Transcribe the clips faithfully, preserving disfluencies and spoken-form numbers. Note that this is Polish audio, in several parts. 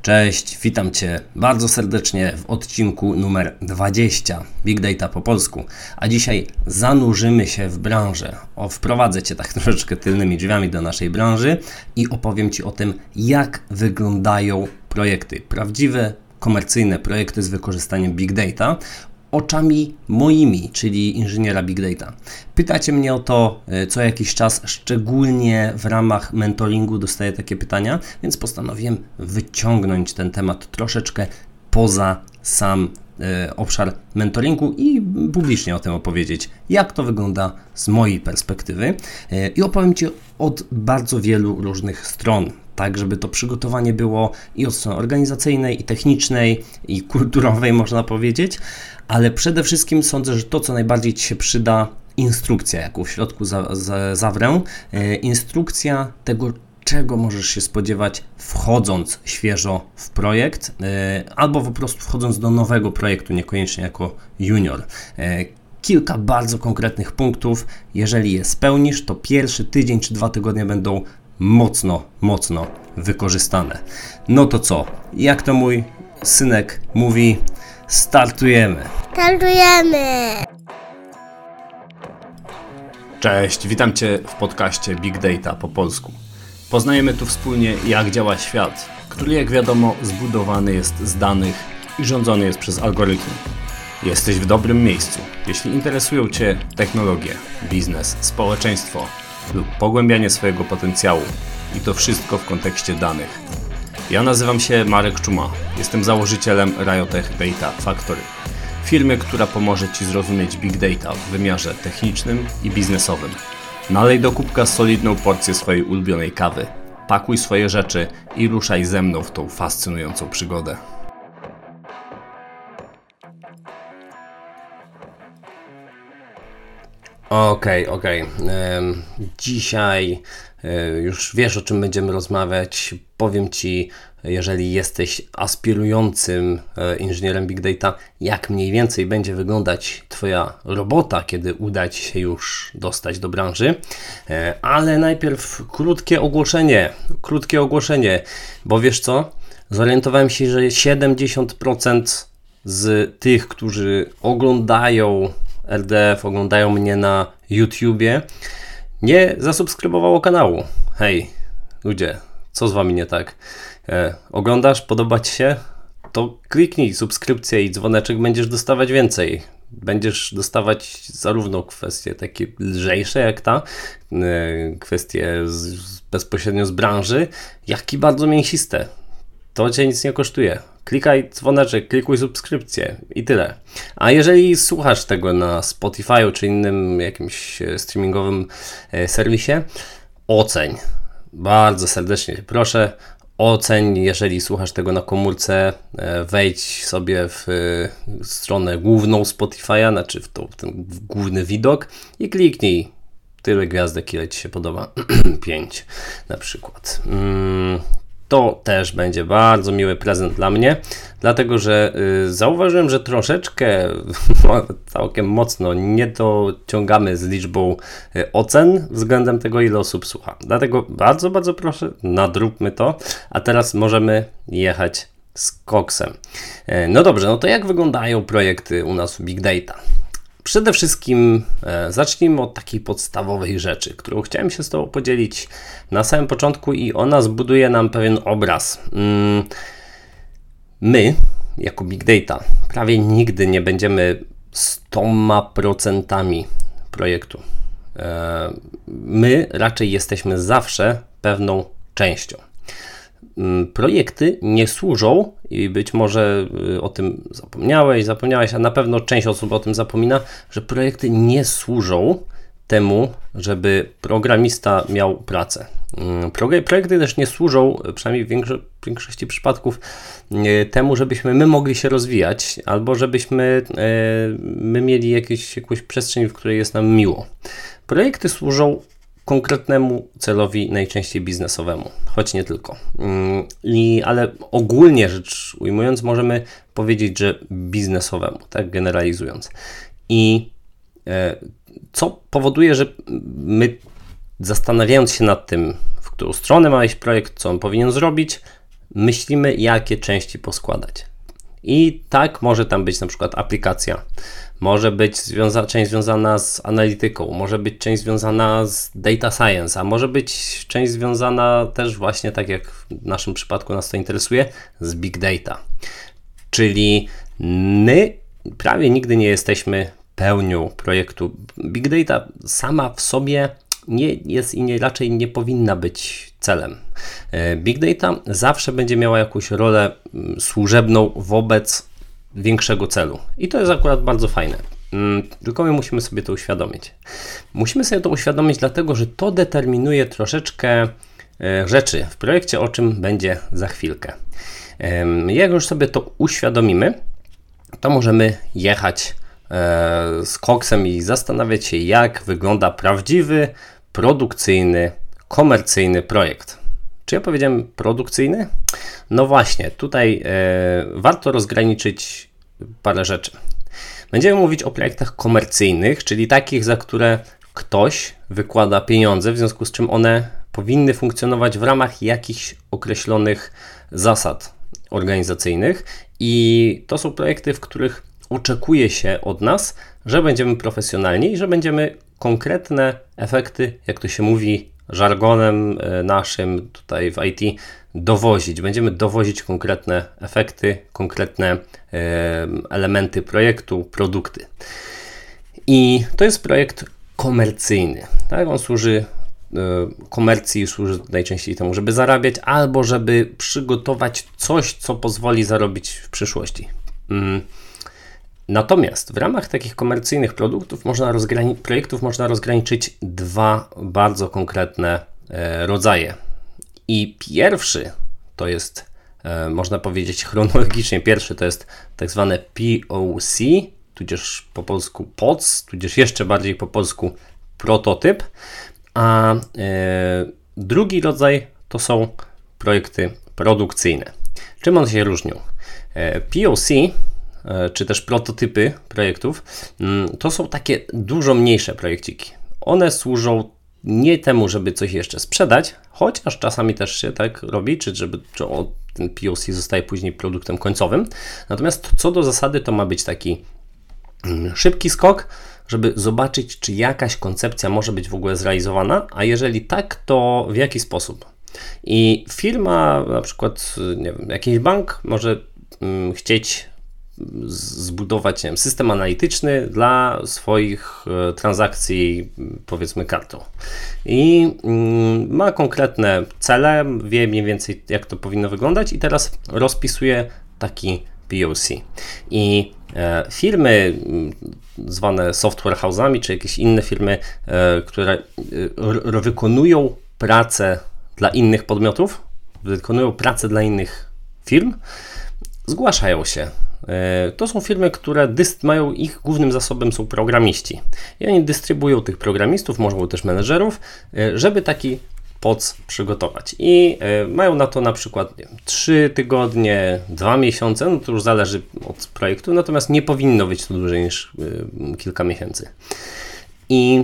Cześć, witam Cię bardzo serdecznie w odcinku numer dwadzieścia Big Data po polsku, a dzisiaj zanurzymy się w branżę. O, wprowadzę Cię tak troszeczkę tylnymi drzwiami do naszej branży i opowiem Ci o tym, jak wyglądają projekty, prawdziwe, komercyjne projekty z wykorzystaniem Big Data, oczami moimi, czyli inżyniera Big Data. Pytacie mnie o to co jakiś czas, szczególnie w ramach mentoringu dostaję takie pytania, więc postanowiłem wyciągnąć ten temat troszeczkę poza sam e, obszar mentoringu i publicznie o tym opowiedzieć, jak to wygląda z mojej perspektywy e, i opowiem Ci od bardzo wielu różnych stron. Tak, żeby to przygotowanie było i od strony organizacyjnej, i technicznej, i kulturowej, można powiedzieć, ale przede wszystkim sądzę, że to, co najbardziej Ci się przyda, instrukcja, jaką w środku za, za, zawrę, e, instrukcja tego, czego możesz się spodziewać, wchodząc świeżo w projekt, e, albo po prostu wchodząc do nowego projektu, niekoniecznie jako junior. E, Kilka bardzo konkretnych punktów, jeżeli je spełnisz, to pierwszy tydzień czy dwa tygodnie będą mocno, mocno wykorzystane. No to co? Jak to mój synek mówi, startujemy. Startujemy. Cześć, witam Cię w podcaście Big Data po polsku. Poznajemy tu wspólnie, jak działa świat, który, jak wiadomo, zbudowany jest z danych i rządzony jest przez algorytmy. Jesteś w dobrym miejscu, jeśli interesują Cię technologie, biznes, społeczeństwo lub pogłębianie swojego potencjału i to wszystko w kontekście danych. Ja nazywam się Marek Czuma, jestem założycielem Riotech Data Factory, firmy, która pomoże Ci zrozumieć Big Data w wymiarze technicznym i biznesowym. Nalej do kubka solidną porcję swojej ulubionej kawy, pakuj swoje rzeczy i ruszaj ze mną w tą fascynującą przygodę. Okej, okay, okej. Okay. Dzisiaj już wiesz, o czym będziemy rozmawiać. Powiem Ci, jeżeli jesteś aspirującym inżynierem Big Data, jak mniej więcej będzie wyglądać Twoja robota, kiedy uda Ci się już dostać do branży. Ale najpierw krótkie ogłoszenie, krótkie ogłoszenie, bo wiesz co? Zorientowałem się, że siedemdziesiąt procent z tych, którzy oglądają R D F, oglądają mnie na YouTubie, nie zasubskrybowało kanału. Hej, ludzie, co z Wami nie tak? E, oglądasz, podoba Ci się? To kliknij subskrypcję i dzwoneczek, będziesz dostawać więcej. Będziesz dostawać zarówno kwestie takie lżejsze jak ta, e, kwestie z, bezpośrednio z branży, jak i bardzo mięsiste. To Cię nic nie kosztuje. Klikaj dzwoneczek, klikuj subskrypcję i tyle. A jeżeli słuchasz tego na Spotify czy innym jakimś streamingowym serwisie, oceń. Bardzo serdecznie Proszę, oceń. Jeżeli słuchasz tego na komórce, wejdź sobie w stronę główną Spotify'a, znaczy w, to, w ten główny widok i kliknij tyle gwiazdek, ile Ci się podoba. Pięć na przykład. Mm. To też będzie bardzo miły prezent dla mnie, dlatego że y, zauważyłem, że troszeczkę, całkiem mocno nie dociągamy z liczbą y, ocen względem tego, ile osób słucha. Dlatego bardzo, bardzo proszę, nadróbmy to, a teraz możemy jechać z koksem. Y, no dobrze, no to jak wyglądają projekty u nas w Big Data? Przede wszystkim e, zacznijmy od takiej podstawowej rzeczy, którą chciałem się z Tobą podzielić na samym początku i ona zbuduje nam pewien obraz. Mm, my, jako Big Data, prawie nigdy nie będziemy sto procent projektu. E, my raczej jesteśmy zawsze pewną częścią. Projekty nie służą, i być może o tym zapomniałeś, zapomniałeś, a na pewno część osób o tym zapomina, że projekty nie służą temu, żeby programista miał pracę. Projekty też nie służą, przynajmniej w większości przypadków, temu, żebyśmy my mogli się rozwijać, albo żebyśmy my mieli jakieś, jakąś przestrzeń, w której jest nam miło. Projekty służą konkretnemu celowi, najczęściej biznesowemu, choć nie tylko. I, ale ogólnie rzecz ujmując, możemy powiedzieć, że biznesowemu, tak generalizując. I e, co powoduje, że my, zastanawiając się nad tym, w którą stronę ma iść projekt, co on powinien zrobić, myślimy, jakie części poskładać. I tak może tam być na przykład aplikacja, może być związa- część związana z analityką, może być część związana z data science, a może być część związana też właśnie, tak jak w naszym przypadku nas to interesuje, z big data. Czyli my prawie nigdy nie jesteśmy pełnią projektu. Big data sama w sobie nie jest i nie, raczej nie powinna być celem. Big data zawsze będzie miała jakąś rolę służebną wobec większego celu. I to jest akurat bardzo fajne. Tylko my musimy sobie to uświadomić. Musimy sobie to uświadomić dlatego, że to determinuje troszeczkę rzeczy w projekcie, o czym będzie za chwilkę. Jak już sobie to uświadomimy, to możemy jechać z koksem i zastanawiać się, jak wygląda prawdziwy, produkcyjny, komercyjny projekt. Czy ja powiedziałem produkcyjny? No właśnie, tutaj e, warto rozgraniczyć parę rzeczy. Będziemy mówić o projektach komercyjnych, czyli takich, za które ktoś wykłada pieniądze, w związku z czym one powinny funkcjonować w ramach jakichś określonych zasad organizacyjnych i to są projekty, w których oczekuje się od nas, że będziemy profesjonalni i że będziemy konkretne efekty, jak to się mówi żargonem naszym tutaj w I T, dowozić. Będziemy dowozić konkretne efekty, konkretne elementy projektu, produkty. I to jest projekt komercyjny. Tak? On służy komercji, służy najczęściej temu, żeby zarabiać albo żeby przygotować coś, co pozwoli zarobić w przyszłości. Natomiast w ramach takich komercyjnych produktów można rozgrani- projektów można rozgraniczyć dwa bardzo konkretne e, rodzaje. I pierwszy to jest, e, można powiedzieć chronologicznie, pierwszy to jest tak zwane P O C, tudzież po polsku P O C, tudzież jeszcze bardziej po polsku prototyp, a e, drugi rodzaj to są projekty produkcyjne. Czym one się różnią? E, P O C czy też prototypy projektów, to są takie dużo mniejsze projekciki. One służą nie temu, żeby coś jeszcze sprzedać, chociaż czasami też się tak robi, czy żeby czy ten P O C zostaje później produktem końcowym. Natomiast co do zasady to ma być taki szybki skok, żeby zobaczyć, czy jakaś koncepcja może być w ogóle zrealizowana, a jeżeli tak, to w jaki sposób. I firma, na przykład nie wiem, jakiś bank może mm, chcieć zbudować nie wiem, system analityczny dla swoich e, transakcji, powiedzmy kartą. I mm, ma konkretne cele, wie mniej więcej jak to powinno wyglądać i teraz rozpisuje taki P O C. I e, firmy m, zwane software house'ami, czy jakieś inne firmy, e, które e, r, wykonują pracę dla innych podmiotów, wykonują pracę dla innych firm, zgłaszają się. To są firmy, które dyst- mają, ich głównym zasobem są programiści i oni dystrybuują tych programistów, może też menedżerów, żeby taki P O C przygotować i mają na to na przykład nie wiem, trzy tygodnie, dwa miesiące, no to już zależy od projektu, natomiast nie powinno być to dłużej niż kilka miesięcy. I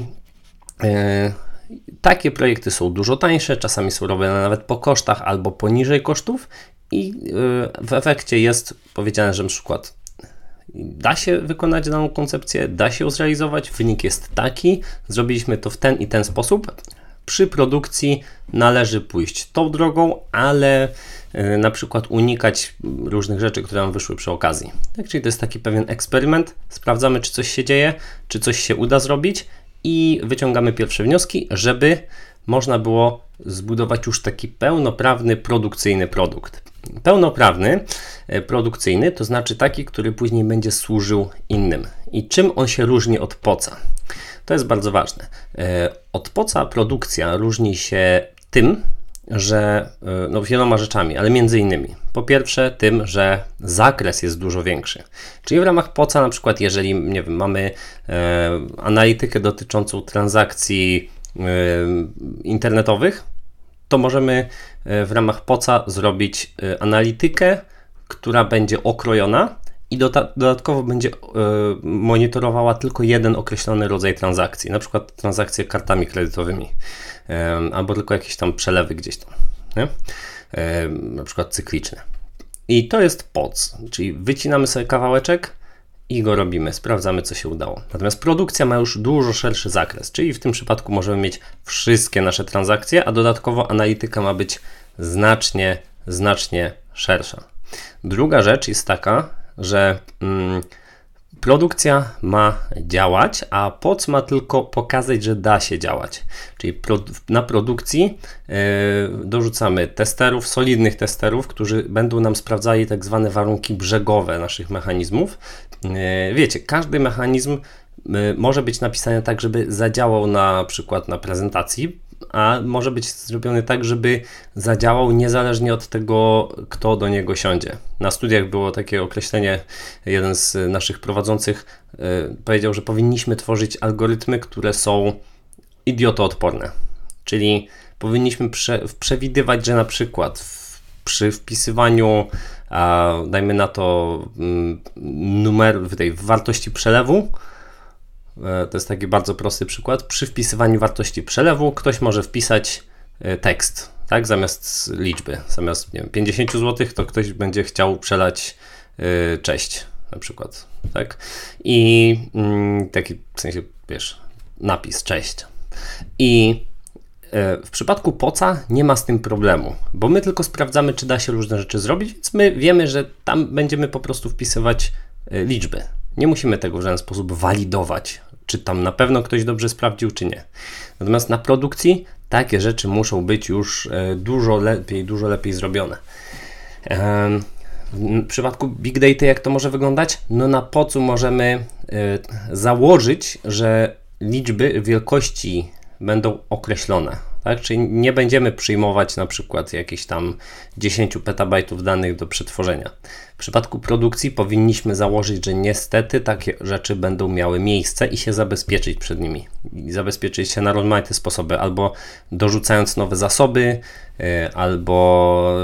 e, takie projekty są dużo tańsze, czasami są robione nawet po kosztach albo poniżej kosztów. I w efekcie jest powiedziane, że na przykład da się wykonać daną koncepcję, da się ją zrealizować, wynik jest taki, zrobiliśmy to w ten i ten sposób. Przy produkcji należy pójść tą drogą, ale na przykład unikać różnych rzeczy, które nam wyszły przy okazji. Tak, czyli to jest taki pewien eksperyment, sprawdzamy, czy coś się dzieje, czy coś się uda zrobić i wyciągamy pierwsze wnioski, żeby można było zbudować już taki pełnoprawny, produkcyjny produkt. Pełnoprawny, produkcyjny to znaczy taki, który później będzie służył innym. I czym on się różni od P O C-a? To jest bardzo ważne. Od P O C-a produkcja różni się tym, że no wieloma rzeczami, ale między innymi. Po pierwsze tym, że zakres jest dużo większy. Czyli w ramach P O C-a na przykład, jeżeli nie wiem, mamy e, analitykę dotyczącą transakcji e, internetowych, to możemy w ramach P O C-a zrobić analitykę, która będzie okrojona i dodatkowo będzie monitorowała tylko jeden określony rodzaj transakcji, na przykład transakcje kartami kredytowymi albo tylko jakieś tam przelewy gdzieś tam. Nie? na przykład cykliczny. I to jest P O C, czyli wycinamy sobie kawałeczek i go robimy, sprawdzamy, co się udało. Natomiast produkcja ma już dużo szerszy zakres, czyli w tym przypadku możemy mieć wszystkie nasze transakcje, a dodatkowo analityka ma być znacznie, znacznie szersza. Druga rzecz jest taka, że mm, produkcja ma działać, a P O C ma tylko pokazać, że da się działać. Czyli pro, na produkcji yy, dorzucamy testerów, solidnych testerów, którzy będą nam sprawdzali tak zwane warunki brzegowe naszych mechanizmów. Yy, wiecie, każdy mechanizm yy, może być napisany tak, żeby zadziałał na przykład na prezentacji, a może być zrobiony tak, żeby zadziałał niezależnie od tego, kto do niego siądzie. Na studiach było takie określenie, jeden z naszych prowadzących yy, powiedział, że powinniśmy tworzyć algorytmy, które są idiotoodporne. Czyli powinniśmy prze, przewidywać, że na przykład w, przy wpisywaniu, a, dajmy na to mm, numer, tej wartości przelewu, to jest taki bardzo prosty przykład. Przy wpisywaniu wartości przelewu ktoś może wpisać tekst, tak? Zamiast liczby. Zamiast nie wiem, pięćdziesiąt złotych, to ktoś będzie chciał przelać yy, cześć na przykład, tak? I yy, taki w sensie, wiesz, napis cześć. I yy, w przypadku P O C a nie ma z tym problemu, bo my tylko sprawdzamy, czy da się różne rzeczy zrobić, więc my wiemy, że tam będziemy po prostu wpisywać yy, liczby. Nie musimy tego w żaden sposób walidować, czy tam na pewno ktoś dobrze sprawdził, czy nie. Natomiast na produkcji takie rzeczy muszą być już dużo lepiej, dużo lepiej zrobione. W przypadku Big Data jak to może wyglądać? No na P O C u możemy założyć, że liczby wielkości będą określone. Tak? Czyli nie będziemy przyjmować na przykład jakieś tam dziesięć petabajtów danych do przetworzenia. W przypadku produkcji powinniśmy założyć, że niestety takie rzeczy będą miały miejsce i się zabezpieczyć przed nimi. I zabezpieczyć się na rozmaite sposoby, albo dorzucając nowe zasoby, albo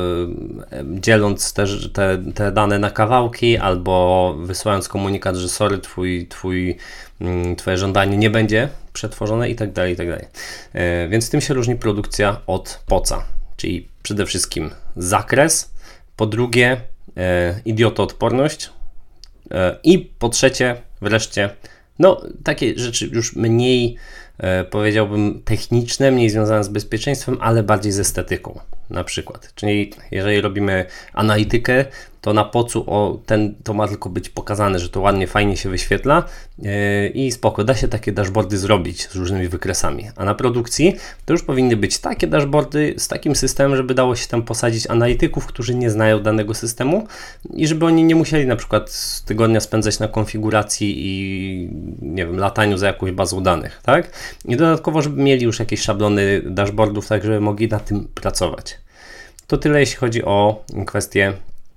dzieląc te, te, te dane na kawałki, albo wysyłając komunikat, że sorry, twój, twój, twoje żądanie nie będzie przetworzone i tak dalej, i tak dalej. Więc tym się różni produkcja od P O C a, czyli przede wszystkim zakres, po drugie e, idiotoodporność e, i po trzecie wreszcie no takie rzeczy już mniej e, powiedziałbym techniczne, mniej związane z bezpieczeństwem, ale bardziej z estetyką na przykład. Czyli jeżeli robimy analitykę, to na P O C u o, ten, to ma tylko być pokazane, że to ładnie, fajnie się wyświetla yy, i spoko, da się takie dashboardy zrobić z różnymi wykresami. A na produkcji to już powinny być takie dashboardy z takim systemem, żeby dało się tam posadzić analityków, którzy nie znają danego systemu i żeby oni nie musieli na przykład tygodnia spędzać na konfiguracji i nie wiem, lataniu za jakąś bazą danych, tak? I dodatkowo, żeby mieli już jakieś szablony dashboardów, tak żeby mogli na tym pracować. To tyle, jeśli chodzi o kwestię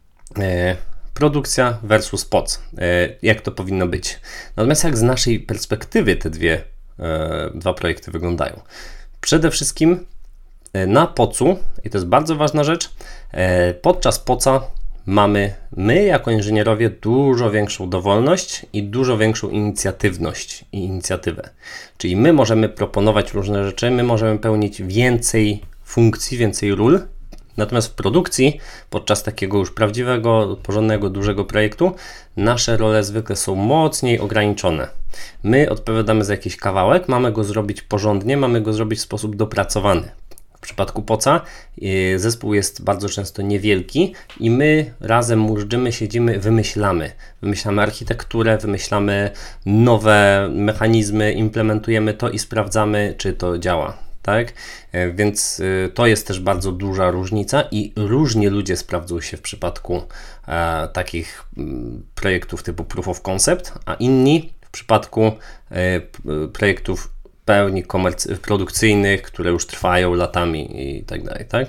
e, produkcja versus P O C, e, jak to powinno być. Natomiast jak z naszej perspektywy te dwie, e, dwa projekty wyglądają? Przede wszystkim e, na P O C u, i to jest bardzo ważna rzecz, e, podczas P O C a mamy my jako inżynierowie dużo większą dowolność i dużo większą inicjatywność i inicjatywę. Czyli my możemy proponować różne rzeczy, my możemy pełnić więcej funkcji, więcej ról. Natomiast w produkcji, podczas takiego już prawdziwego, porządnego, dużego projektu, nasze role zwykle są mocniej ograniczone. My odpowiadamy za jakiś kawałek, mamy go zrobić porządnie, mamy go zrobić w sposób dopracowany. W przypadku P O C a zespół jest bardzo często niewielki i my razem murzymy, siedzimy, wymyślamy. Wymyślamy architekturę, wymyślamy nowe mechanizmy, implementujemy to i sprawdzamy, czy to działa. Tak? Więc to jest też bardzo duża różnica i różnie ludzie sprawdzą się w przypadku e, takich m, projektów typu Proof of Concept, a inni w przypadku e, projektów pełni komerc- produkcyjnych, które już trwają latami i tak dalej, tak?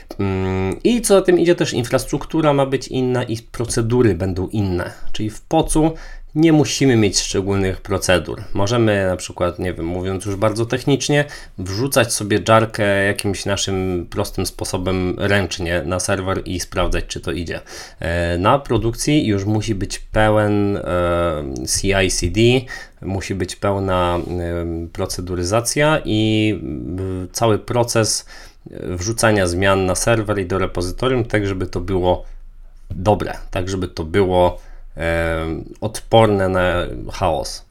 I co za tym idzie, też infrastruktura ma być inna i procedury będą inne, czyli w P O C u nie musimy mieć szczególnych procedur. Możemy na przykład, nie wiem, mówiąc już bardzo technicznie, wrzucać sobie jarkę jakimś naszym prostym sposobem ręcznie na serwer i sprawdzać, czy to idzie. Na produkcji już musi być pełen C I C D, musi być pełna proceduryzacja i cały proces wrzucania zmian na serwer i do repozytorium, tak żeby to było dobre, tak żeby to było e, odporne na chaos.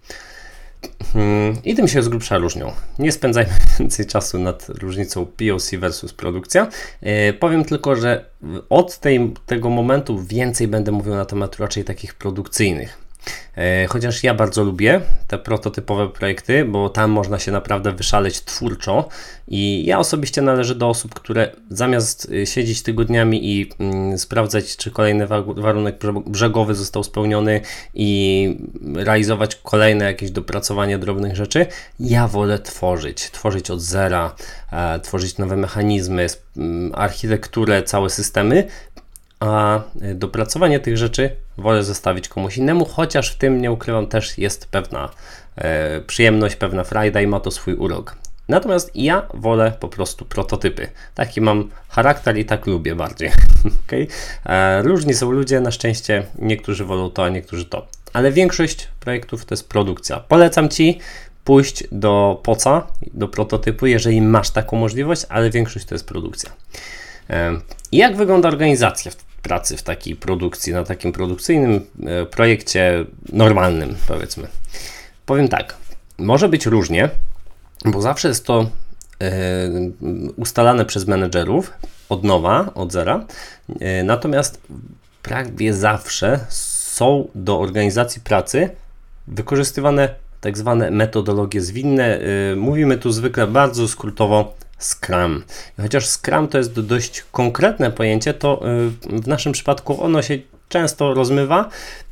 I tym się z grubsza różnią. Nie spędzajmy więcej czasu nad różnicą P O C versus produkcja. E, powiem tylko, że od tej, tego momentu więcej będę mówił na temat raczej takich produkcyjnych. E, chociaż ja bardzo lubię te prototypowe projekty, bo tam można się naprawdę wyszaleć twórczo i ja osobiście należę do osób, które zamiast siedzieć tygodniami i mm, sprawdzać, czy kolejny wa- warunek brzegowy został spełniony i realizować kolejne jakieś dopracowanie drobnych rzeczy, ja wolę tworzyć, tworzyć od zera, e, tworzyć nowe mechanizmy, m, architekturę, całe systemy, a dopracowanie tych rzeczy wolę zostawić komuś innemu, chociaż w tym, nie ukrywam, też jest pewna e, przyjemność, pewna frajda i ma to swój urok. Natomiast ja wolę po prostu prototypy. Taki mam charakter i tak lubię bardziej. Okay? E, różni są ludzie, na szczęście niektórzy wolą to, a niektórzy to. Ale większość projektów to jest produkcja. Polecam Ci pójść do poca, do prototypu, jeżeli masz taką możliwość, ale większość to jest produkcja. E, jak wygląda organizacja w pracy w takiej produkcji, na takim produkcyjnym e, projekcie normalnym, powiedzmy? Powiem tak, może być różnie, bo zawsze jest to e, ustalane przez menedżerów od nowa, od zera, e, natomiast prawie zawsze są do organizacji pracy wykorzystywane tak zwane metodologie zwinne. E, mówimy tu zwykle bardzo skrótowo Scrum. Chociaż Scrum to jest dość konkretne pojęcie, to w naszym przypadku ono się często rozmywa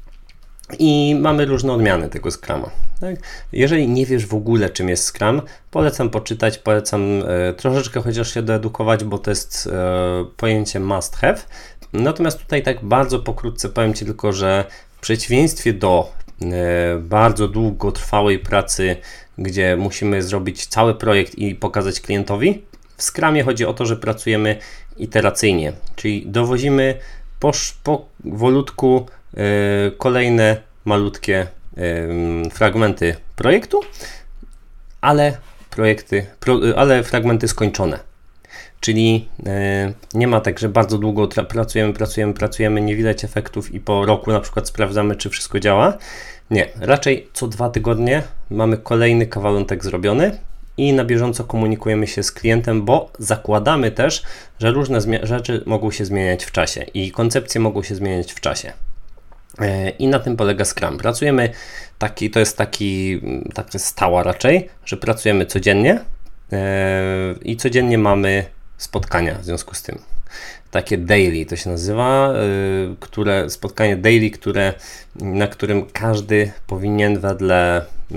i mamy różne odmiany tego Scruma. Tak? Jeżeli nie wiesz w ogóle, czym jest Scrum, polecam poczytać, polecam e, troszeczkę chociaż się doedukować, bo to jest e, pojęcie must have. Natomiast tutaj tak bardzo pokrótce powiem Ci tylko, że w przeciwieństwie do e, bardzo długotrwałej pracy, gdzie musimy zrobić cały projekt i pokazać klientowi, w Scrumie chodzi o to, że pracujemy iteracyjnie, czyli dowozimy powolutku yy, kolejne malutkie yy, fragmenty projektu, ale projekty, pro, ale fragmenty skończone. Czyli yy, nie ma tak, że bardzo długo tra- pracujemy, pracujemy, pracujemy, nie widać efektów i po roku na przykład sprawdzamy, czy wszystko działa. Nie, raczej co dwa tygodnie mamy kolejny kawałek zrobiony i na bieżąco komunikujemy się z klientem, bo zakładamy też, że różne zmi- rzeczy mogą się zmieniać w czasie i koncepcje mogą się zmieniać w czasie. Yy, I na tym polega Scrum. Pracujemy, taki, to jest taki, taka stała raczej, że pracujemy codziennie yy, i codziennie mamy spotkania w związku z tym. Takie daily to się nazywa, yy, które, spotkanie daily, które, na którym każdy powinien wedle, yy,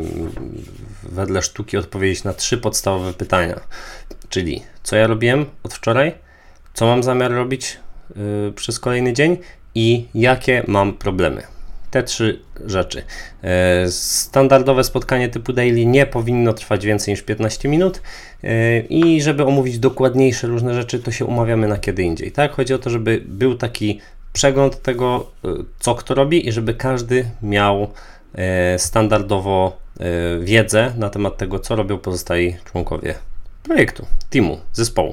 wedle sztuki odpowiedzieć na trzy podstawowe pytania. Czyli co ja robiłem od wczoraj, co mam zamiar robić yy, przez kolejny dzień i jakie mam problemy. Te trzy rzeczy. Standardowe spotkanie typu daily nie powinno trwać więcej niż piętnaście minut i żeby omówić dokładniejsze różne rzeczy, to się umawiamy na kiedy indziej. Tak? Chodzi o to, żeby był taki przegląd tego, co kto robi i żeby każdy miał standardowo wiedzę na temat tego, co robią pozostali członkowie projektu, teamu, zespołu.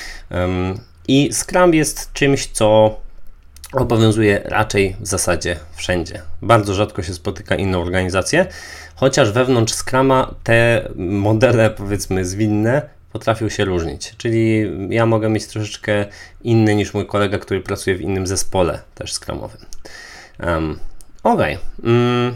I Scrum jest czymś, co obowiązuje raczej w zasadzie wszędzie. Bardzo rzadko się spotyka inne organizacje, chociaż wewnątrz Scruma te modele, powiedzmy, zwinne potrafią się różnić. Czyli ja mogę mieć troszeczkę inny niż mój kolega, który pracuje w innym zespole, też Scrumowym. Um, ok. Um,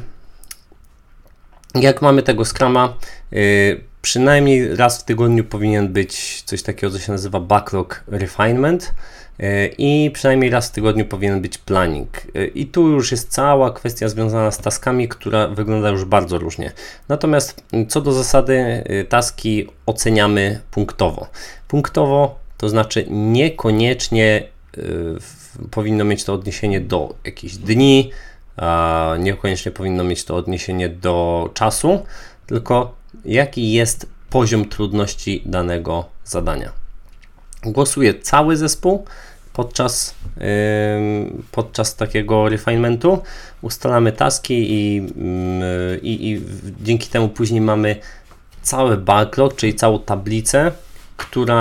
jak mamy tego Scruma, yy, przynajmniej raz w tygodniu powinien być coś takiego, co się nazywa backlog refinement. I przynajmniej raz w tygodniu powinien być planning. I tu już jest cała kwestia związana z taskami, która wygląda już bardzo różnie. Natomiast co do zasady, taski oceniamy punktowo. Punktowo to znaczy niekoniecznie y, powinno mieć to odniesienie do jakichś dni, a niekoniecznie powinno mieć to odniesienie do czasu, tylko jaki jest poziom trudności danego zadania. Głosuje cały zespół podczas, yy, podczas takiego refinementu. Ustalamy taski i, yy, i, i dzięki temu później mamy cały backlog, czyli całą tablicę, która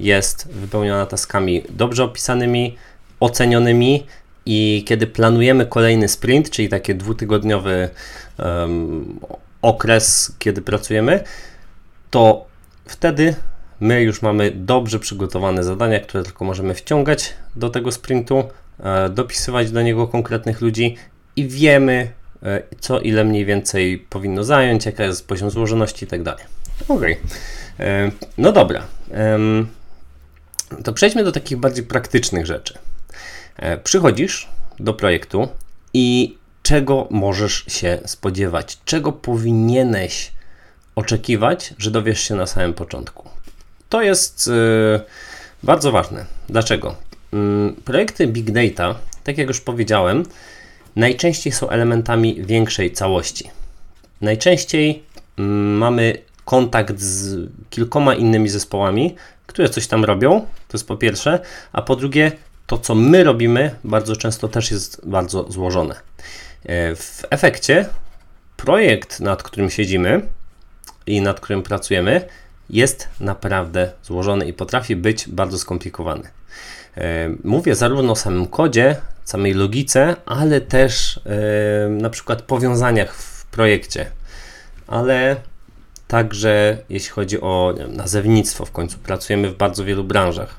jest wypełniona taskami dobrze opisanymi, ocenionymi i kiedy planujemy kolejny sprint, czyli taki dwutygodniowy um, okres, kiedy pracujemy, to wtedy my już mamy dobrze przygotowane zadania, które tylko możemy wciągać do tego sprintu, e, dopisywać do niego konkretnych ludzi i wiemy, e, co ile mniej więcej powinno zająć, jaka jest poziom złożoności i tak dalej. Okej, e, no dobra. E, to przejdźmy do takich bardziej praktycznych rzeczy. E, przychodzisz do projektu i czego możesz się spodziewać? Czego powinieneś oczekiwać, że dowiesz się na samym początku? To jest yy, bardzo ważne. Dlaczego? Yy, projekty Big Data, tak jak już powiedziałem, najczęściej są elementami większej całości. Najczęściej yy, mamy kontakt z kilkoma innymi zespołami, które coś tam robią, to jest po pierwsze, a po drugie, to co my robimy bardzo często też jest bardzo złożone. Yy, w efekcie projekt, nad którym siedzimy i nad którym pracujemy, jest naprawdę złożony i potrafi być bardzo skomplikowany. Mówię zarówno o samym kodzie, samej logice, ale też na przykład powiązaniach w projekcie, ale także jeśli chodzi o nie wiem, nazewnictwo, w końcu pracujemy w bardzo wielu branżach,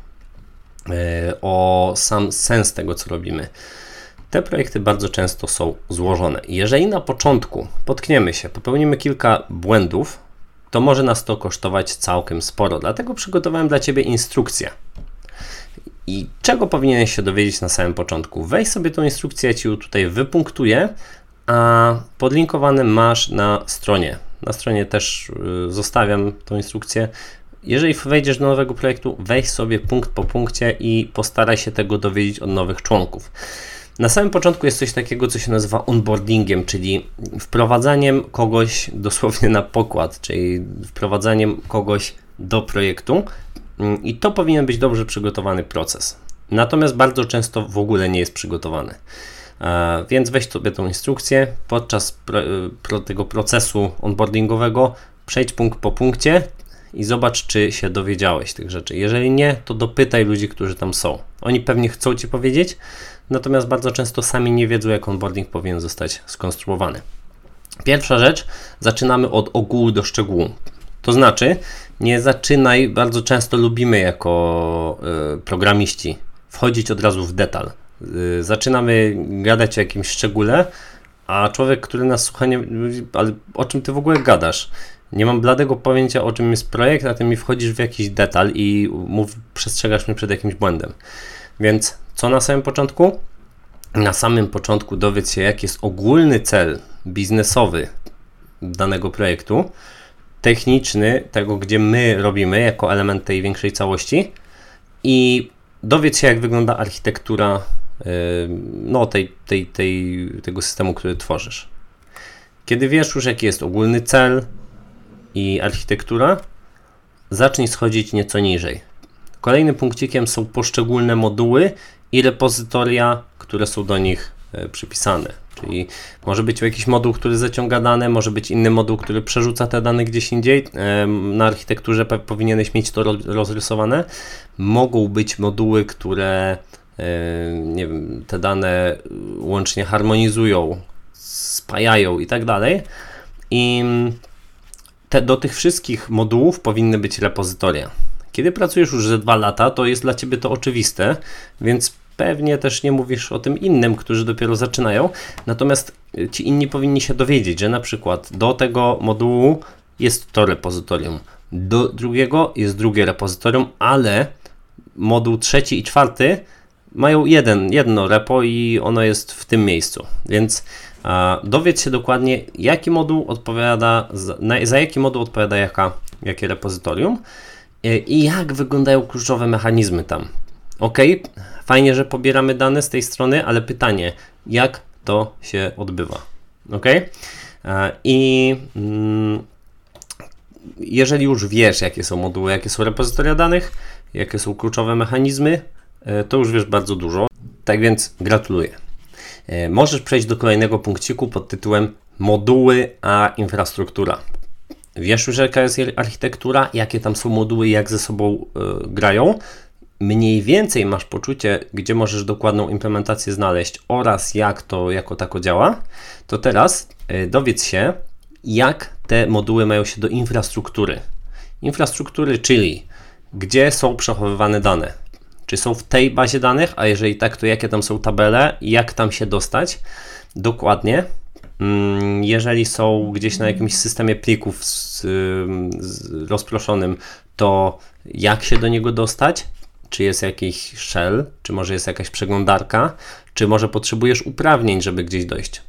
o sam sens tego, co robimy. Te projekty bardzo często są złożone. Jeżeli na początku potkniemy się, popełnimy kilka błędów, to może nas to kosztować całkiem sporo. Dlatego przygotowałem dla Ciebie instrukcję. I czego powinieneś się dowiedzieć na samym początku? Weź sobie tą instrukcję, ja Ci ją tutaj wypunktuję, a podlinkowane masz na stronie. Na stronie też yy, zostawiam tą instrukcję. Jeżeli wejdziesz do nowego projektu, weź sobie punkt po punkcie i postaraj się tego dowiedzieć od nowych członków. Na samym początku jest coś takiego, co się nazywa onboardingiem, czyli wprowadzaniem kogoś dosłownie na pokład, czyli wprowadzaniem kogoś do projektu i to powinien być dobrze przygotowany proces. Natomiast bardzo często w ogóle nie jest przygotowany. Więc weź sobie tą instrukcję, podczas pro, pro tego procesu onboardingowego przejdź punkt po punkcie i zobacz, czy się dowiedziałeś tych rzeczy. Jeżeli nie, to dopytaj ludzi, którzy tam są. Oni pewnie chcą Ci powiedzieć, natomiast bardzo często sami nie wiedzą, jak onboarding powinien zostać skonstruowany. Pierwsza rzecz, zaczynamy od ogółu do szczegółu. To znaczy, nie zaczynaj, bardzo często lubimy jako y, programiści wchodzić od razu w detal. Y, zaczynamy gadać o jakimś szczególe, a człowiek, który nas słucha, nie, ale o czym Ty w ogóle gadasz? Nie mam bladego pojęcia, o czym jest projekt, a Ty mi wchodzisz w jakiś detal i mów, przestrzegasz mnie przed jakimś błędem. Więc co na samym początku? Na samym początku dowiedz się, jaki jest ogólny cel biznesowy danego projektu, techniczny, tego, gdzie my robimy jako element tej większej całości i dowiedz się, jak wygląda architektura no, tej, tej, tej, tego systemu, który tworzysz. Kiedy wiesz już, jaki jest ogólny cel i architektura, zacznij schodzić nieco niżej. Kolejnym punkcikiem są poszczególne moduły i repozytoria, które są do nich e, przypisane. Czyli może być jakiś moduł, który zaciąga dane, może być inny moduł, który przerzuca te dane gdzieś indziej. E, na architekturze pe- powinieneś mieć to ro- rozrysowane. Mogą być moduły, które e, nie wiem, te dane łącznie harmonizują, spajają i tak dalej. I te, do tych wszystkich modułów powinny być repozytoria. Kiedy pracujesz już ze dwa lata, to jest dla Ciebie to oczywiste, więc pewnie też nie mówisz o tym innym, którzy dopiero zaczynają, natomiast ci inni powinni się dowiedzieć, że na przykład do tego modułu jest to repozytorium, do drugiego jest drugie repozytorium, ale moduł trzeci i czwarty mają jeden, jedno repo i ono jest w tym miejscu, więc a, dowiedz się dokładnie, jaki moduł odpowiada, za, na, za jaki moduł odpowiada jaka, jakie repozytorium i jak wyglądają kluczowe mechanizmy tam. Ok, fajnie, że pobieramy dane z tej strony, ale pytanie, jak to się odbywa? Ok? I mm, jeżeli już wiesz, jakie są moduły, jakie są repozytoria danych, jakie są kluczowe mechanizmy, to już wiesz bardzo dużo. Tak więc gratuluję. Możesz przejść do kolejnego punkciku pod tytułem moduły a infrastruktura. wiesz już jaka jest architektura, jakie tam są moduły, jak ze sobą y, grają, mniej więcej masz poczucie, gdzie możesz dokładną implementację znaleźć oraz jak to jako tako działa, to teraz y, dowiedz się, jak te moduły mają się do infrastruktury. Infrastruktury, czyli gdzie są przechowywane dane. Czy są w tej bazie danych, a jeżeli tak, to jakie tam są tabele, jak tam się dostać dokładnie. Jeżeli są gdzieś na jakimś systemie plików z, z rozproszonym, to jak się do niego dostać? Czy jest jakiś shell, czy może jest jakaś przeglądarka, czy może potrzebujesz uprawnień, żeby gdzieś dojść.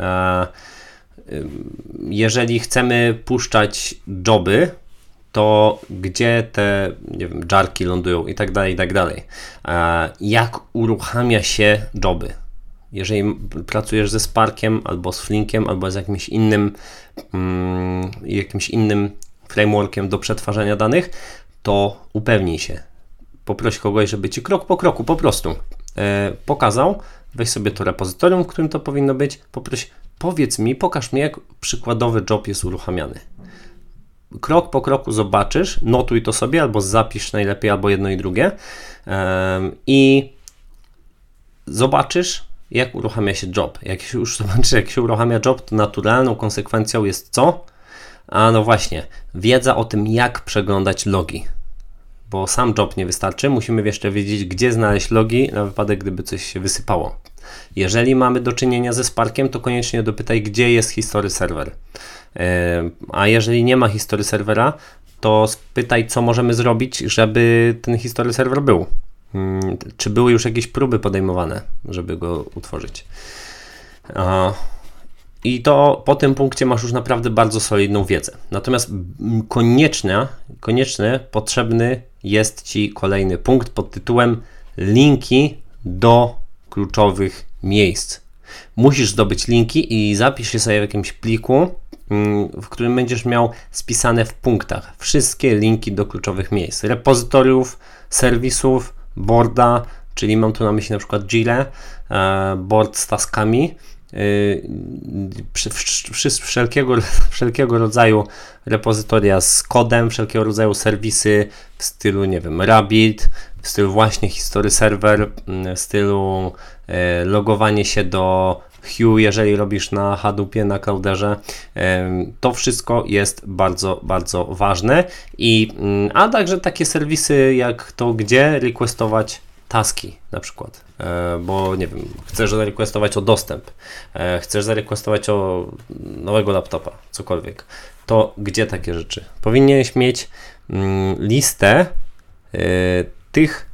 Jeżeli chcemy puszczać joby, to gdzie te, nie wiem, jarki lądują i tak dalej, i tak dalej. Jak uruchamia się joby? Jeżeli pracujesz ze Sparkiem, albo z Flinkiem, albo z jakimś innym, mm, jakimś innym frameworkiem do przetwarzania danych, to upewnij się. Poproś kogoś, żeby Ci krok po kroku po prostu e, pokazał. Weź sobie to repozytorium, w którym to powinno być. Poproś, powiedz mi, pokaż mi, jak przykładowy job jest uruchamiany. Krok po kroku zobaczysz, notuj to sobie, albo zapisz najlepiej, albo jedno i drugie e, i zobaczysz, jak uruchamia się job. Jak się już zobaczysz, jak się uruchamia job, to naturalną konsekwencją jest co? A no właśnie, wiedza o tym, jak przeglądać logi. Bo sam job nie wystarczy, musimy jeszcze wiedzieć, gdzie znaleźć logi na wypadek, gdyby coś się wysypało. Jeżeli mamy do czynienia ze Sparkiem, to koniecznie dopytaj, gdzie jest history server. A jeżeli nie ma history serwera, to spytaj, co możemy zrobić, żeby ten history server był. Czy były już jakieś próby podejmowane, żeby go utworzyć. I to po tym punkcie masz już naprawdę bardzo solidną wiedzę. Natomiast konieczne, konieczny, potrzebny jest Ci kolejny punkt pod tytułem linki do kluczowych miejsc. Musisz zdobyć linki i zapisz je sobie w jakimś pliku, w którym będziesz miał spisane w punktach wszystkie linki do kluczowych miejsc. Repozytoriów, serwisów, boarda, czyli mam tu na myśli na przykład Jira, board z taskami, wszelkiego, wszelkiego rodzaju repozytoria z kodem, wszelkiego rodzaju serwisy w stylu, nie wiem, Rabbit, w stylu właśnie history server, w stylu logowanie się do Hue, jeżeli robisz na Hadoopie, na Clouderze, to wszystko jest bardzo, bardzo ważne. I, a także takie serwisy jak to, gdzie requestować taski na przykład, bo nie wiem, chcesz zarequestować o dostęp, chcesz zarequestować o nowego laptopa, cokolwiek, to gdzie takie rzeczy? Powinieneś mieć listę tych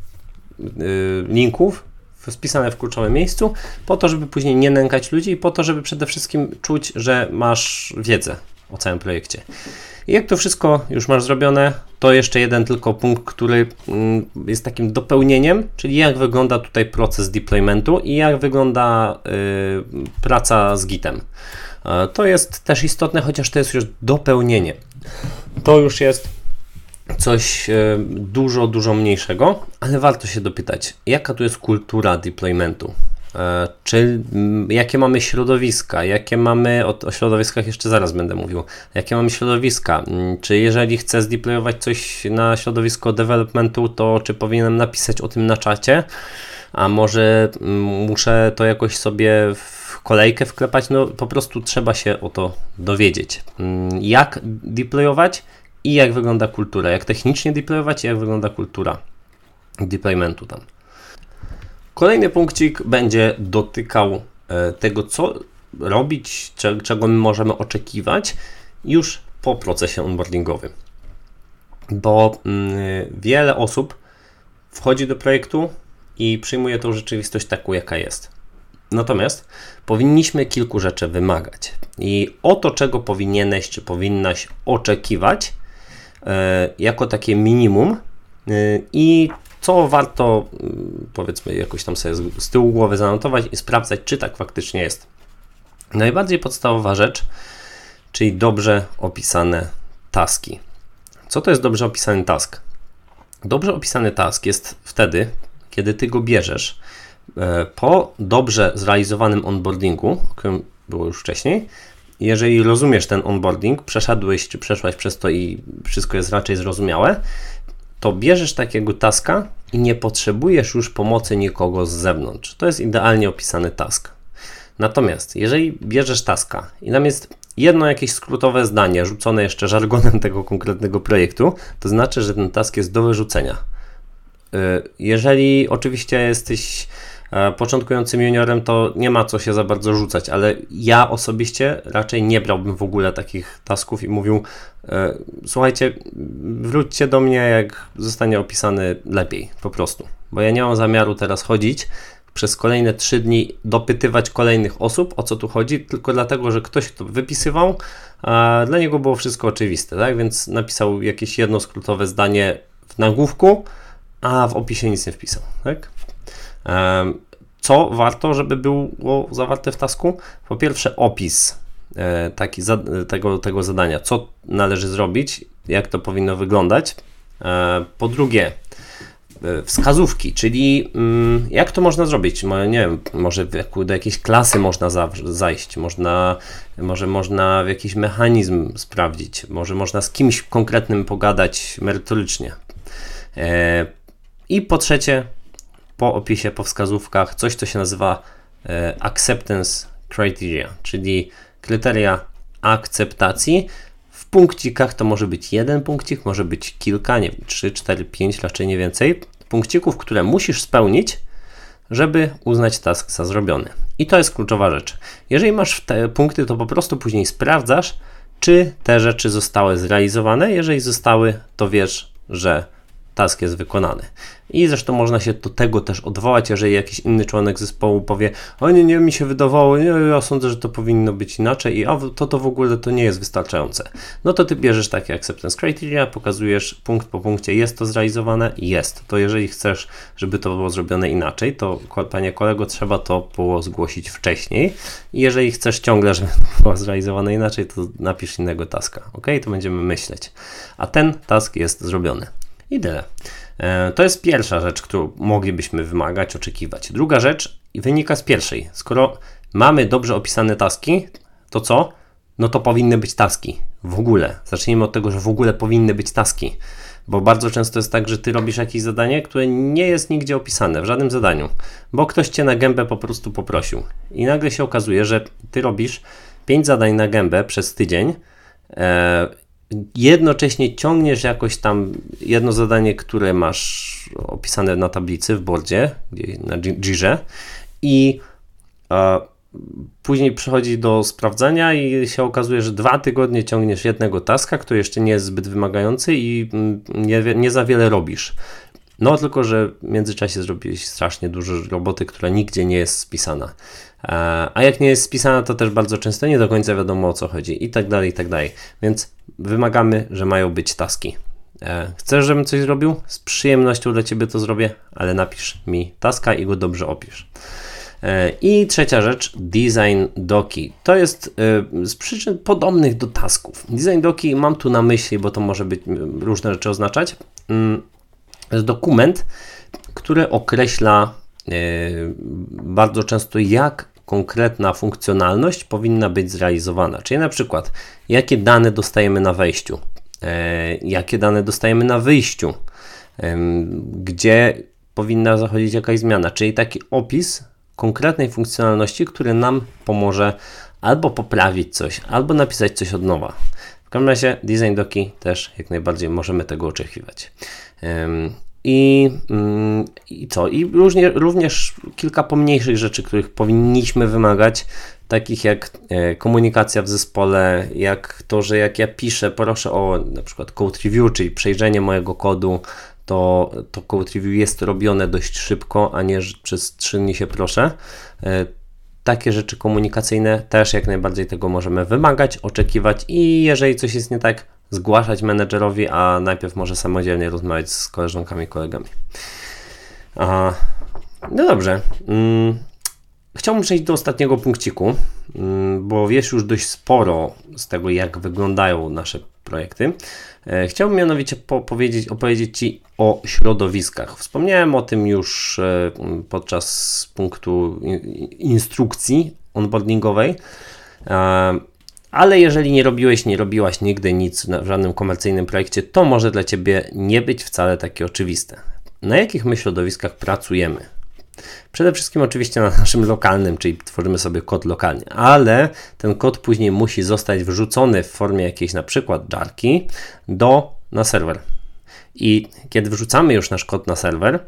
linków spisane w kluczowym miejscu, po to, żeby później nie nękać ludzi i po to, żeby przede wszystkim czuć, że masz wiedzę o całym projekcie. I jak to wszystko już masz zrobione, to jeszcze jeden tylko punkt, który jest takim dopełnieniem, czyli jak wygląda tutaj proces deploymentu i jak wygląda y, praca z Gitem. To jest też istotne, chociaż to jest już dopełnienie. To już jest coś dużo, dużo mniejszego, ale warto się dopytać, jaka tu jest kultura deploymentu, czy jakie mamy środowiska, jakie mamy, o, o środowiskach jeszcze zaraz będę mówił, jakie mamy środowiska, czy jeżeli chcę zdeployować coś na środowisko developmentu, to czy powinienem napisać o tym na czacie, a może muszę to jakoś sobie w kolejkę wklepać, no po prostu trzeba się o to dowiedzieć, jak deployować i jak wygląda kultura, jak technicznie deployować i jak wygląda kultura deploymentu tam. Kolejny punkcik będzie dotykał tego, co robić, czego my możemy oczekiwać już po procesie onboardingowym. Bo wiele osób wchodzi do projektu i przyjmuje tą rzeczywistość taką, jaka jest. Natomiast powinniśmy kilku rzeczy wymagać. I o to, czego powinieneś czy powinnaś oczekiwać jako takie minimum i co warto, powiedzmy, jakoś tam sobie z tyłu głowy zanotować i sprawdzać, czy tak faktycznie jest. Najbardziej podstawowa rzecz, czyli dobrze opisane taski. Co to jest dobrze opisany task? Dobrze opisany task jest wtedy, kiedy ty go bierzesz po dobrze zrealizowanym onboardingu, o którym było już wcześniej, jeżeli rozumiesz ten onboarding, przeszedłeś czy przeszłaś przez to i wszystko jest raczej zrozumiałe, to bierzesz takiego taska i nie potrzebujesz już pomocy nikogo z zewnątrz. To jest idealnie opisany task. Natomiast jeżeli bierzesz taska i tam jest jedno jakieś skrótowe zdanie rzucone jeszcze żargonem tego konkretnego projektu, to znaczy, że ten task jest do wyrzucenia. Jeżeli oczywiście jesteś początkującym juniorem, to nie ma co się za bardzo rzucać, ale ja osobiście raczej nie brałbym w ogóle takich tasków i mówił, słuchajcie, wróćcie do mnie, jak zostanie opisany lepiej, po prostu. Bo ja nie mam zamiaru teraz chodzić przez kolejne trzy dni, dopytywać kolejnych osób, o co tu chodzi, tylko dlatego, że ktoś to wypisywał, a dla niego było wszystko oczywiste, tak? Więc napisał jakieś jedno skrótowe zdanie w nagłówku, a w opisie nic nie wpisał, tak? Co warto, żeby było zawarte w tasku? Po pierwsze opis taki tego, tego zadania, co należy zrobić, jak to powinno wyglądać. Po drugie, wskazówki, czyli jak to można zrobić? Nie wiem, może do jakiejś klasy można zajść, można, może można w jakiś mechanizm sprawdzić, może można z kimś konkretnym pogadać merytorycznie. I po trzecie, po opisie, po wskazówkach, coś, co się nazywa e, acceptance criteria, czyli kryteria akceptacji. W punkcikach to może być jeden punkcik, może być kilka, nie wiem, trzy, cztery, pięć, raczej nie więcej punkcików, które musisz spełnić, żeby uznać task za zrobiony. I to jest kluczowa rzecz. Jeżeli masz te punkty, to po prostu później sprawdzasz, czy te rzeczy zostały zrealizowane. Jeżeli zostały, to wiesz, że task jest wykonany. I zresztą można się do tego też odwołać, jeżeli jakiś inny członek zespołu powie, o nie, nie, mi się wydawało, nie, ja sądzę, że to powinno być inaczej i a, to, to w ogóle to nie jest wystarczające. No to ty bierzesz takie acceptance criteria, pokazujesz punkt po punkcie, jest to zrealizowane? Jest. To jeżeli chcesz, żeby to było zrobione inaczej, to panie kolego, trzeba to było zgłosić wcześniej i jeżeli chcesz ciągle, żeby to było zrealizowane inaczej, to napisz innego taska, ok? To będziemy myśleć. A ten task jest zrobiony. I tyle. To jest pierwsza rzecz, którą moglibyśmy wymagać, oczekiwać. Druga rzecz wynika z pierwszej. Skoro mamy dobrze opisane taski, to co? No to powinny być taski. W ogóle. Zacznijmy od tego, że w ogóle powinny być taski. Bo bardzo często jest tak, że ty robisz jakieś zadanie, które nie jest nigdzie opisane, w żadnym zadaniu. Bo ktoś cię na gębę po prostu poprosił. I nagle się okazuje, że ty robisz pięć zadań na gębę przez tydzień, e, jednocześnie ciągniesz jakoś tam jedno zadanie, które masz opisane na tablicy w boardzie, na Jirze i e, później przychodzi do sprawdzania i się okazuje, że dwa tygodnie ciągniesz jednego taska, który jeszcze nie jest zbyt wymagający i nie, nie za wiele robisz. No tylko, że w międzyczasie zrobiłeś strasznie dużo roboty, która nigdzie nie jest spisana. A jak nie jest spisana, to też bardzo często nie do końca wiadomo, o co chodzi i tak dalej, i tak dalej. Więc wymagamy, że mają być taski. Chcesz, żebym coś zrobił? Z przyjemnością dla Ciebie to zrobię, ale napisz mi taska i go dobrze opisz. I trzecia rzecz, design doki. To jest z przyczyn podobnych do tasków. Design doki mam tu na myśli, bo to może być różne rzeczy oznaczać. To jest dokument, który określa bardzo często, jak konkretna funkcjonalność powinna być zrealizowana. Czyli na przykład, jakie dane dostajemy na wejściu, jakie dane dostajemy na wyjściu, gdzie powinna zachodzić jakaś zmiana. Czyli taki opis konkretnej funkcjonalności, który nam pomoże albo poprawić coś, albo napisać coś od nowa. W każdym razie design doki też jak najbardziej możemy tego oczekiwać. I, i co? I różnie, również kilka pomniejszych rzeczy, których powinniśmy wymagać, takich jak komunikacja w zespole, jak to, że jak ja piszę, proszę o na przykład code review, czyli przejrzenie mojego kodu, to, to code review jest robione dość szybko, a nie że przez trzy dni się proszę. Takie rzeczy komunikacyjne też jak najbardziej tego możemy wymagać, oczekiwać i jeżeli coś jest nie tak, zgłaszać menedżerowi, a najpierw może samodzielnie rozmawiać z koleżankami, kolegami. Aha. No dobrze. Hmm. Chciałbym przejść do ostatniego punkciku, hmm, bo wiesz już dość sporo z tego, jak wyglądają nasze projekty. E, chciałbym mianowicie po- powiedzieć, opowiedzieć Ci o środowiskach. Wspomniałem o tym już e, podczas punktu in- instrukcji onboardingowej. E, Ale jeżeli nie robiłeś, nie robiłaś nigdy nic w żadnym komercyjnym projekcie, to może dla Ciebie nie być wcale takie oczywiste. Na jakich my środowiskach pracujemy? Przede wszystkim oczywiście na naszym lokalnym, czyli tworzymy sobie kod lokalnie, ale ten kod później musi zostać wrzucony w formie jakiejś na przykład jarki do, na serwer. I kiedy wrzucamy już nasz kod na serwer,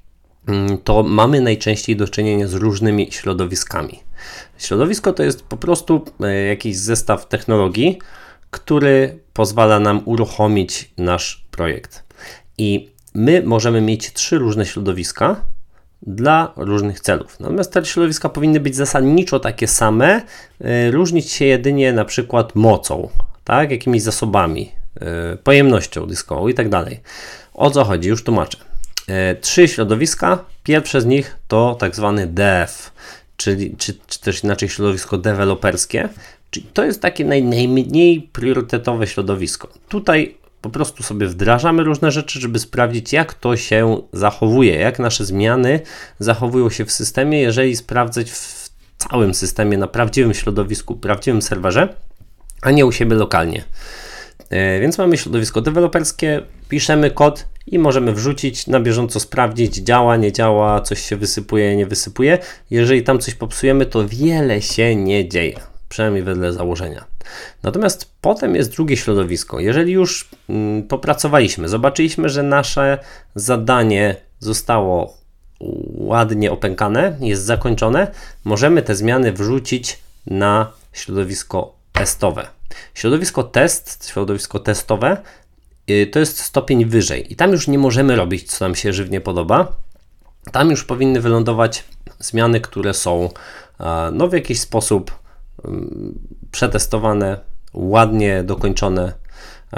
to mamy najczęściej do czynienia z różnymi środowiskami. Środowisko to jest po prostu jakiś zestaw technologii, który pozwala nam uruchomić nasz projekt. I my możemy mieć trzy różne środowiska dla różnych celów. Natomiast te środowiska powinny być zasadniczo takie same, różnić się jedynie na przykład mocą, tak, jakimiś zasobami, pojemnością dyskową i tak dalej. O co chodzi? Już tłumaczę. Trzy środowiska. Pierwsze z nich to tak zwany dev, czyli czy, czy też inaczej środowisko deweloperskie. Czyli to jest takie naj, najmniej priorytetowe środowisko. Tutaj po prostu sobie wdrażamy różne rzeczy, żeby sprawdzić, jak to się zachowuje, jak nasze zmiany zachowują się w systemie, jeżeli sprawdzać w całym systemie, na prawdziwym środowisku, prawdziwym serwerze, a nie u siebie lokalnie. Więc mamy środowisko deweloperskie, piszemy kod i możemy wrzucić, na bieżąco sprawdzić, działa, nie działa, coś się wysypuje, nie wysypuje. Jeżeli tam coś popsujemy, to wiele się nie dzieje, przynajmniej wedle założenia. Natomiast potem jest drugie środowisko. Jeżeli już mm, popracowaliśmy, zobaczyliśmy, że nasze zadanie zostało ładnie opękane, jest zakończone, możemy te zmiany wrzucić na środowisko testowe. Środowisko test, środowisko testowe yy, to jest stopień wyżej i tam już nie możemy robić, co nam się żywnie podoba. Tam już powinny wylądować zmiany, które są yy, no, w jakiś sposób yy, przetestowane, ładnie dokończone yy,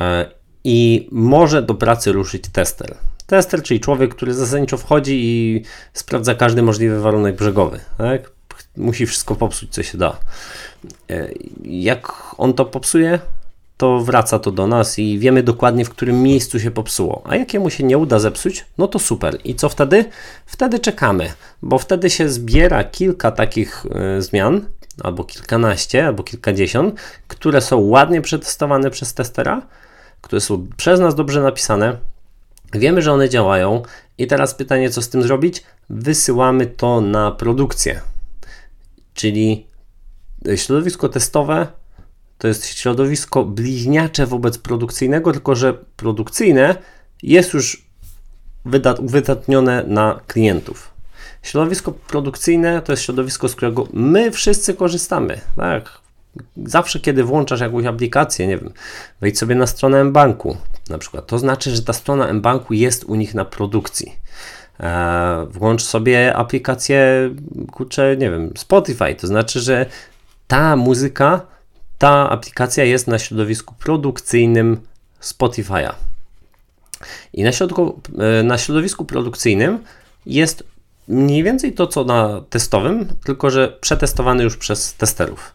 i może do pracy ruszyć tester. Tester, czyli człowiek, który zasadniczo wchodzi i sprawdza każdy możliwy warunek brzegowy, tak? Musi wszystko popsuć, co się da. Jak on to popsuje, to wraca to do nas i wiemy dokładnie, w którym miejscu się popsuło. A jak jemu się nie uda zepsuć, no to super. I co wtedy? Wtedy czekamy, bo wtedy się zbiera kilka takich y, zmian, albo kilkanaście, albo kilkadziesiąt, które są ładnie przetestowane przez testera, które są przez nas dobrze napisane. Wiemy, że one działają i teraz pytanie, co z tym zrobić? Wysyłamy to na produkcję. Czyli środowisko testowe to jest środowisko bliźniacze wobec produkcyjnego, tylko że produkcyjne jest już uwydatnione na klientów. Środowisko produkcyjne to jest środowisko, z którego my wszyscy korzystamy. Tak? Zawsze, kiedy włączasz jakąś aplikację, nie wiem, wejdź sobie na stronę mBanku na przykład, to znaczy, że ta strona mBanku jest u nich na produkcji. Włącz sobie aplikację, kurczę, nie wiem, Spotify, to znaczy, że ta muzyka, ta aplikacja jest na środowisku produkcyjnym Spotify'a. I na, środku, na środowisku produkcyjnym jest mniej więcej to, co na testowym, tylko że przetestowany już przez testerów.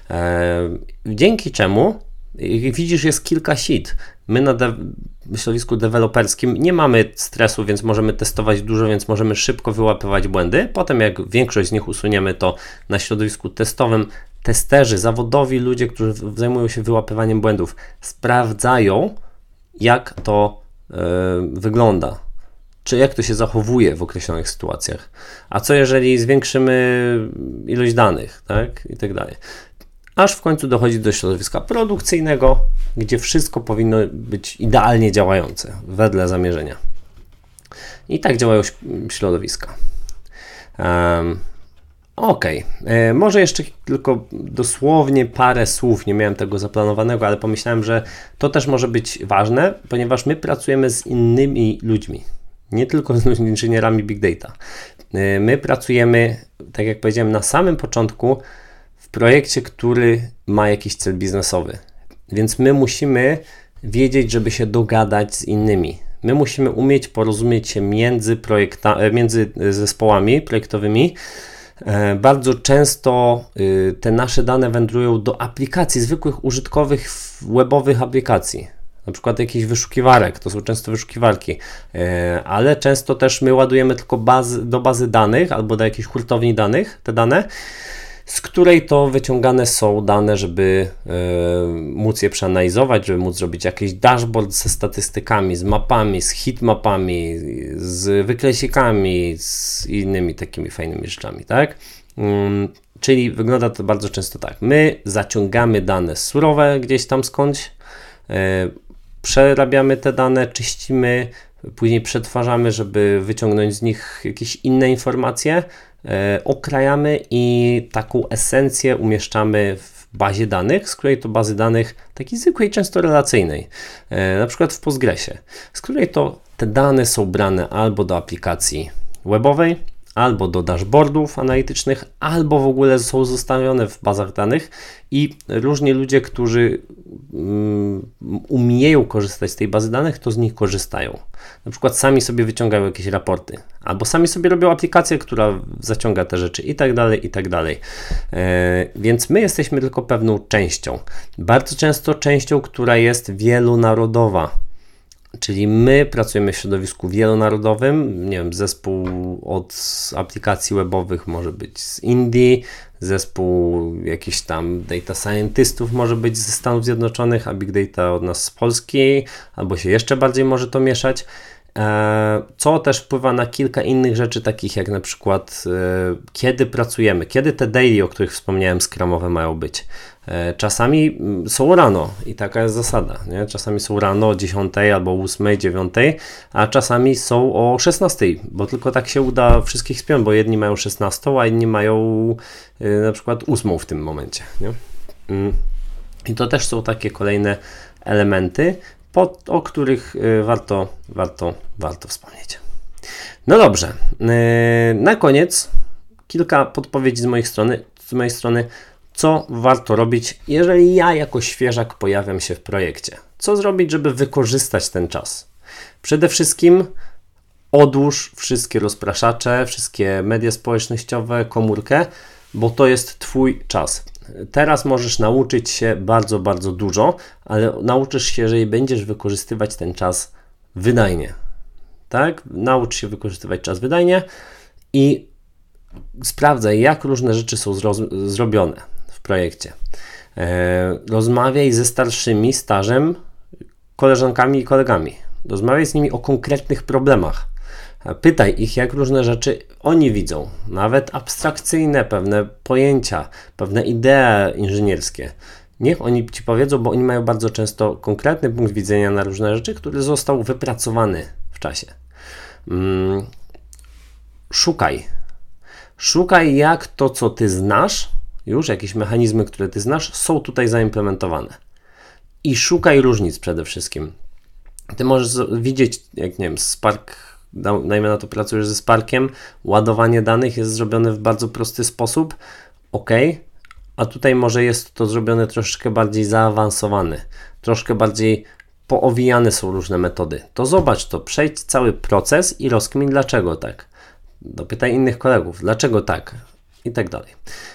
Dzięki czemu, widzisz, jest kilka sit. My na de- środowisku deweloperskim nie mamy stresu, więc możemy testować dużo, więc możemy szybko wyłapywać błędy. Potem jak większość z nich usuniemy, to na środowisku testowym testerzy, zawodowi ludzie, którzy zajmują się wyłapywaniem błędów, sprawdzają, jak to yy, wygląda, czy jak to się zachowuje w określonych sytuacjach. A co jeżeli zwiększymy ilość danych, tak, i tak dalej. Aż w końcu dochodzi do środowiska produkcyjnego, gdzie wszystko powinno być idealnie działające, wedle zamierzenia. I tak działają środowiska. Um, ok, e, może jeszcze tylko dosłownie parę słów, nie miałem tego zaplanowanego, ale pomyślałem, że to też może być ważne, ponieważ my pracujemy z innymi ludźmi, nie tylko z inżynierami Big Data. E, my pracujemy, tak jak powiedziałem na samym początku, w projekcie, który ma jakiś cel biznesowy. Więc my musimy wiedzieć, żeby się dogadać z innymi. My musimy umieć porozumieć się między, projekta- między zespołami projektowymi. Bardzo często te nasze dane wędrują do aplikacji, zwykłych użytkowych webowych aplikacji. Na przykład jakichś wyszukiwarek, to są często wyszukiwarki, ale często też my ładujemy tylko bazy, do bazy danych albo do jakiejś hurtowni danych te dane, z której to wyciągane są dane, żeby yy, móc je przeanalizować, żeby móc zrobić jakiś dashboard ze statystykami, z mapami, z heatmapami, z wykresikami, z innymi takimi fajnymi rzeczami, tak? Yy, czyli wygląda to bardzo często tak. My zaciągamy dane surowe gdzieś tam skądś, yy, przerabiamy te dane, czyścimy, później przetwarzamy, żeby wyciągnąć z nich jakieś inne informacje, e, okrajamy i taką esencję umieszczamy w bazie danych, z której to bazy danych takiej zwykłej, często relacyjnej, e, na przykład w Postgresie, z której to te dane są brane albo do aplikacji webowej, albo do dashboardów analitycznych, albo w ogóle są zostawione w bazach danych i różni ludzie, którzy um, umieją korzystać z tej bazy danych, to z nich korzystają. Na przykład sami sobie wyciągają jakieś raporty, albo sami sobie robią aplikację, która zaciąga te rzeczy i tak dalej, i tak dalej. E, więc my jesteśmy tylko pewną częścią. Bardzo często częścią, która jest wielonarodowa. Czyli my pracujemy w środowisku wielonarodowym, nie wiem, zespół od aplikacji webowych może być z Indii, zespół jakichś tam data scientystów może być ze Stanów Zjednoczonych, a big data od nas z Polski, albo się jeszcze bardziej może to mieszać, co też wpływa na kilka innych rzeczy, takich jak na przykład kiedy pracujemy, kiedy te daily, o których wspomniałem, scrumowe mają być. Czasami są rano i taka jest zasada, nie? Czasami są rano o dziesiątej albo ósmej, dziewiątej, a czasami są o szesnastej, bo tylko tak się uda wszystkich spiąć, bo jedni mają szesnastą, a inni mają na przykład ósmą w tym momencie, nie? I to też są takie kolejne elementy, pod, o których warto, warto, warto wspomnieć. No dobrze, na koniec kilka podpowiedzi z mojej strony, z mojej strony, co warto robić, jeżeli ja jako świeżak pojawiam się w projekcie. Co zrobić, żeby wykorzystać ten czas? Przede wszystkim odłóż wszystkie rozpraszacze, wszystkie media społecznościowe, komórkę, bo to jest Twój czas. Teraz możesz nauczyć się bardzo, bardzo dużo, ale nauczysz się, jeżeli będziesz wykorzystywać ten czas wydajnie. Tak? Naucz się wykorzystywać czas wydajnie i sprawdzaj, jak różne rzeczy są zro- zrobione w projekcie. E, rozmawiaj ze starszymi, stażem, koleżankami i kolegami. Rozmawiaj z nimi o konkretnych problemach. Pytaj ich, jak różne rzeczy oni widzą, nawet abstrakcyjne pewne pojęcia, pewne idee inżynierskie. Niech oni Ci powiedzą, bo oni mają bardzo często konkretny punkt widzenia na różne rzeczy, który został wypracowany w czasie. Hmm. Szukaj. Szukaj, jak to, co Ty znasz, już jakieś mechanizmy, które Ty znasz, są tutaj zaimplementowane. I szukaj różnic przede wszystkim. Ty możesz widzieć, jak nie wiem, Spark, dajmy na to, pracujesz ze Sparkiem, ładowanie danych jest zrobione w bardzo prosty sposób, ok, a tutaj może jest to zrobione troszeczkę bardziej zaawansowane, troszkę bardziej poowijane są różne metody. To zobacz to, przejdź cały proces i rozkmin, dlaczego tak. Dopytaj innych kolegów, dlaczego tak i tak dalej.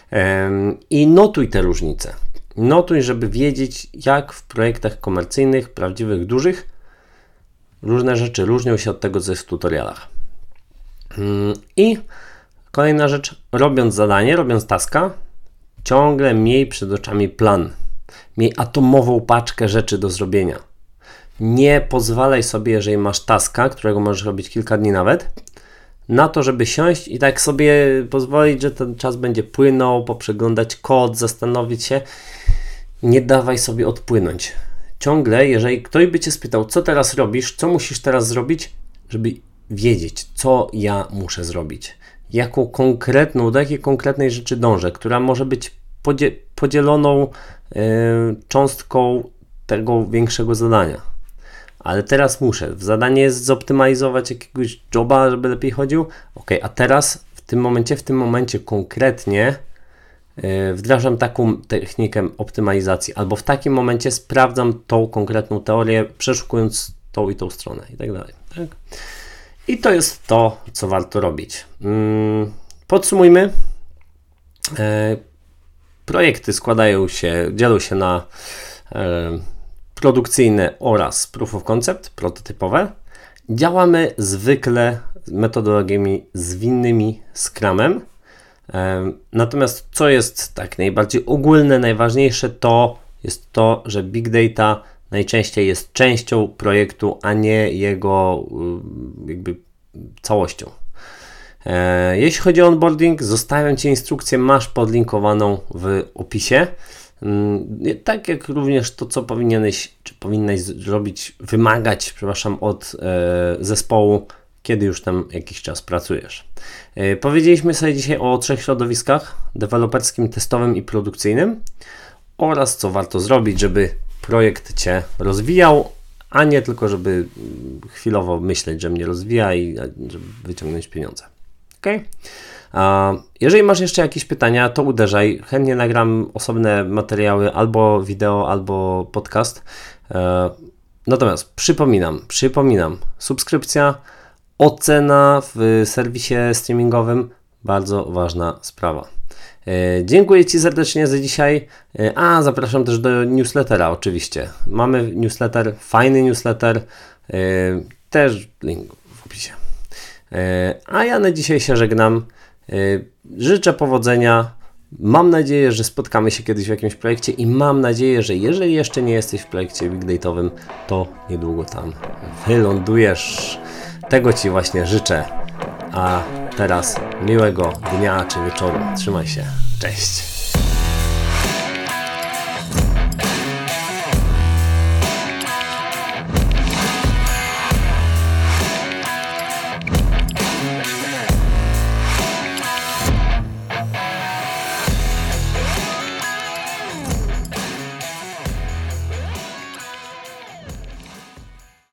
I notuj te różnice. Notuj, żeby wiedzieć, jak w projektach komercyjnych, prawdziwych, dużych, różne rzeczy różnią się od tego, co jest w tutorialach. I kolejna rzecz, robiąc zadanie, robiąc taska, ciągle miej przed oczami plan. Miej atomową paczkę rzeczy do zrobienia. Nie pozwalaj sobie, jeżeli masz taska, którego możesz robić kilka dni nawet, na to, żeby siąść i tak sobie pozwolić, że ten czas będzie płynął, poprzeglądać kod, zastanowić się. Nie dawaj sobie odpłynąć. Ciągle, jeżeli ktoś by Cię spytał, co teraz robisz, co musisz teraz zrobić, żeby wiedzieć, co ja muszę zrobić. Jaką konkretną, do jakiej konkretnej rzeczy dążę, która może być podzie- podzieloną yy, cząstką tego większego zadania. Ale teraz muszę. Zadanie jest zoptymalizować jakiegoś joba, żeby lepiej chodził. Ok, a teraz w tym momencie, w tym momencie konkretnie yy, wdrażam taką technikę optymalizacji, albo w takim momencie sprawdzam tą konkretną teorię, przeszukując tą i tą stronę i tak dalej. Tak? I to jest to, co warto robić. Yy, podsumujmy. Yy, projekty składają się, dzielą się na yy, produkcyjne oraz proof of concept, prototypowe. Działamy zwykle z metodologiami zwinnymi, Scrumem. Natomiast co jest tak najbardziej ogólne, najważniejsze, to jest to, że Big Data najczęściej jest częścią projektu, a nie jego jakby całością. Jeśli chodzi o onboarding, zostawiam Ci instrukcję, masz podlinkowaną w opisie. Tak jak również to, co powinieneś, czy powinnaś zrobić, wymagać, przepraszam, od e, zespołu, kiedy już tam jakiś czas pracujesz. E, powiedzieliśmy sobie dzisiaj o trzech środowiskach: deweloperskim, testowym i produkcyjnym, oraz co warto zrobić, żeby projekt Cię rozwijał, a nie tylko, żeby chwilowo myśleć, że mnie rozwija i żeby wyciągnąć pieniądze. Okay? Jeżeli masz jeszcze jakieś pytania, to uderzaj. Chętnie nagram osobne materiały, albo wideo, albo podcast. Natomiast przypominam, przypominam, subskrypcja, ocena w serwisie streamingowym, bardzo ważna sprawa. Dziękuję Ci serdecznie za dzisiaj. A, zapraszam też do newslettera oczywiście. Mamy newsletter, fajny newsletter, też link w opisie. A ja na dzisiaj się żegnam. Życzę powodzenia. Mam nadzieję, że spotkamy się kiedyś w jakimś projekcie i mam nadzieję, że jeżeli jeszcze nie jesteś w projekcie Big Data'owym, to niedługo tam wylądujesz. Tego Ci właśnie życzę. A teraz miłego dnia czy wieczoru. Trzymaj się. Cześć.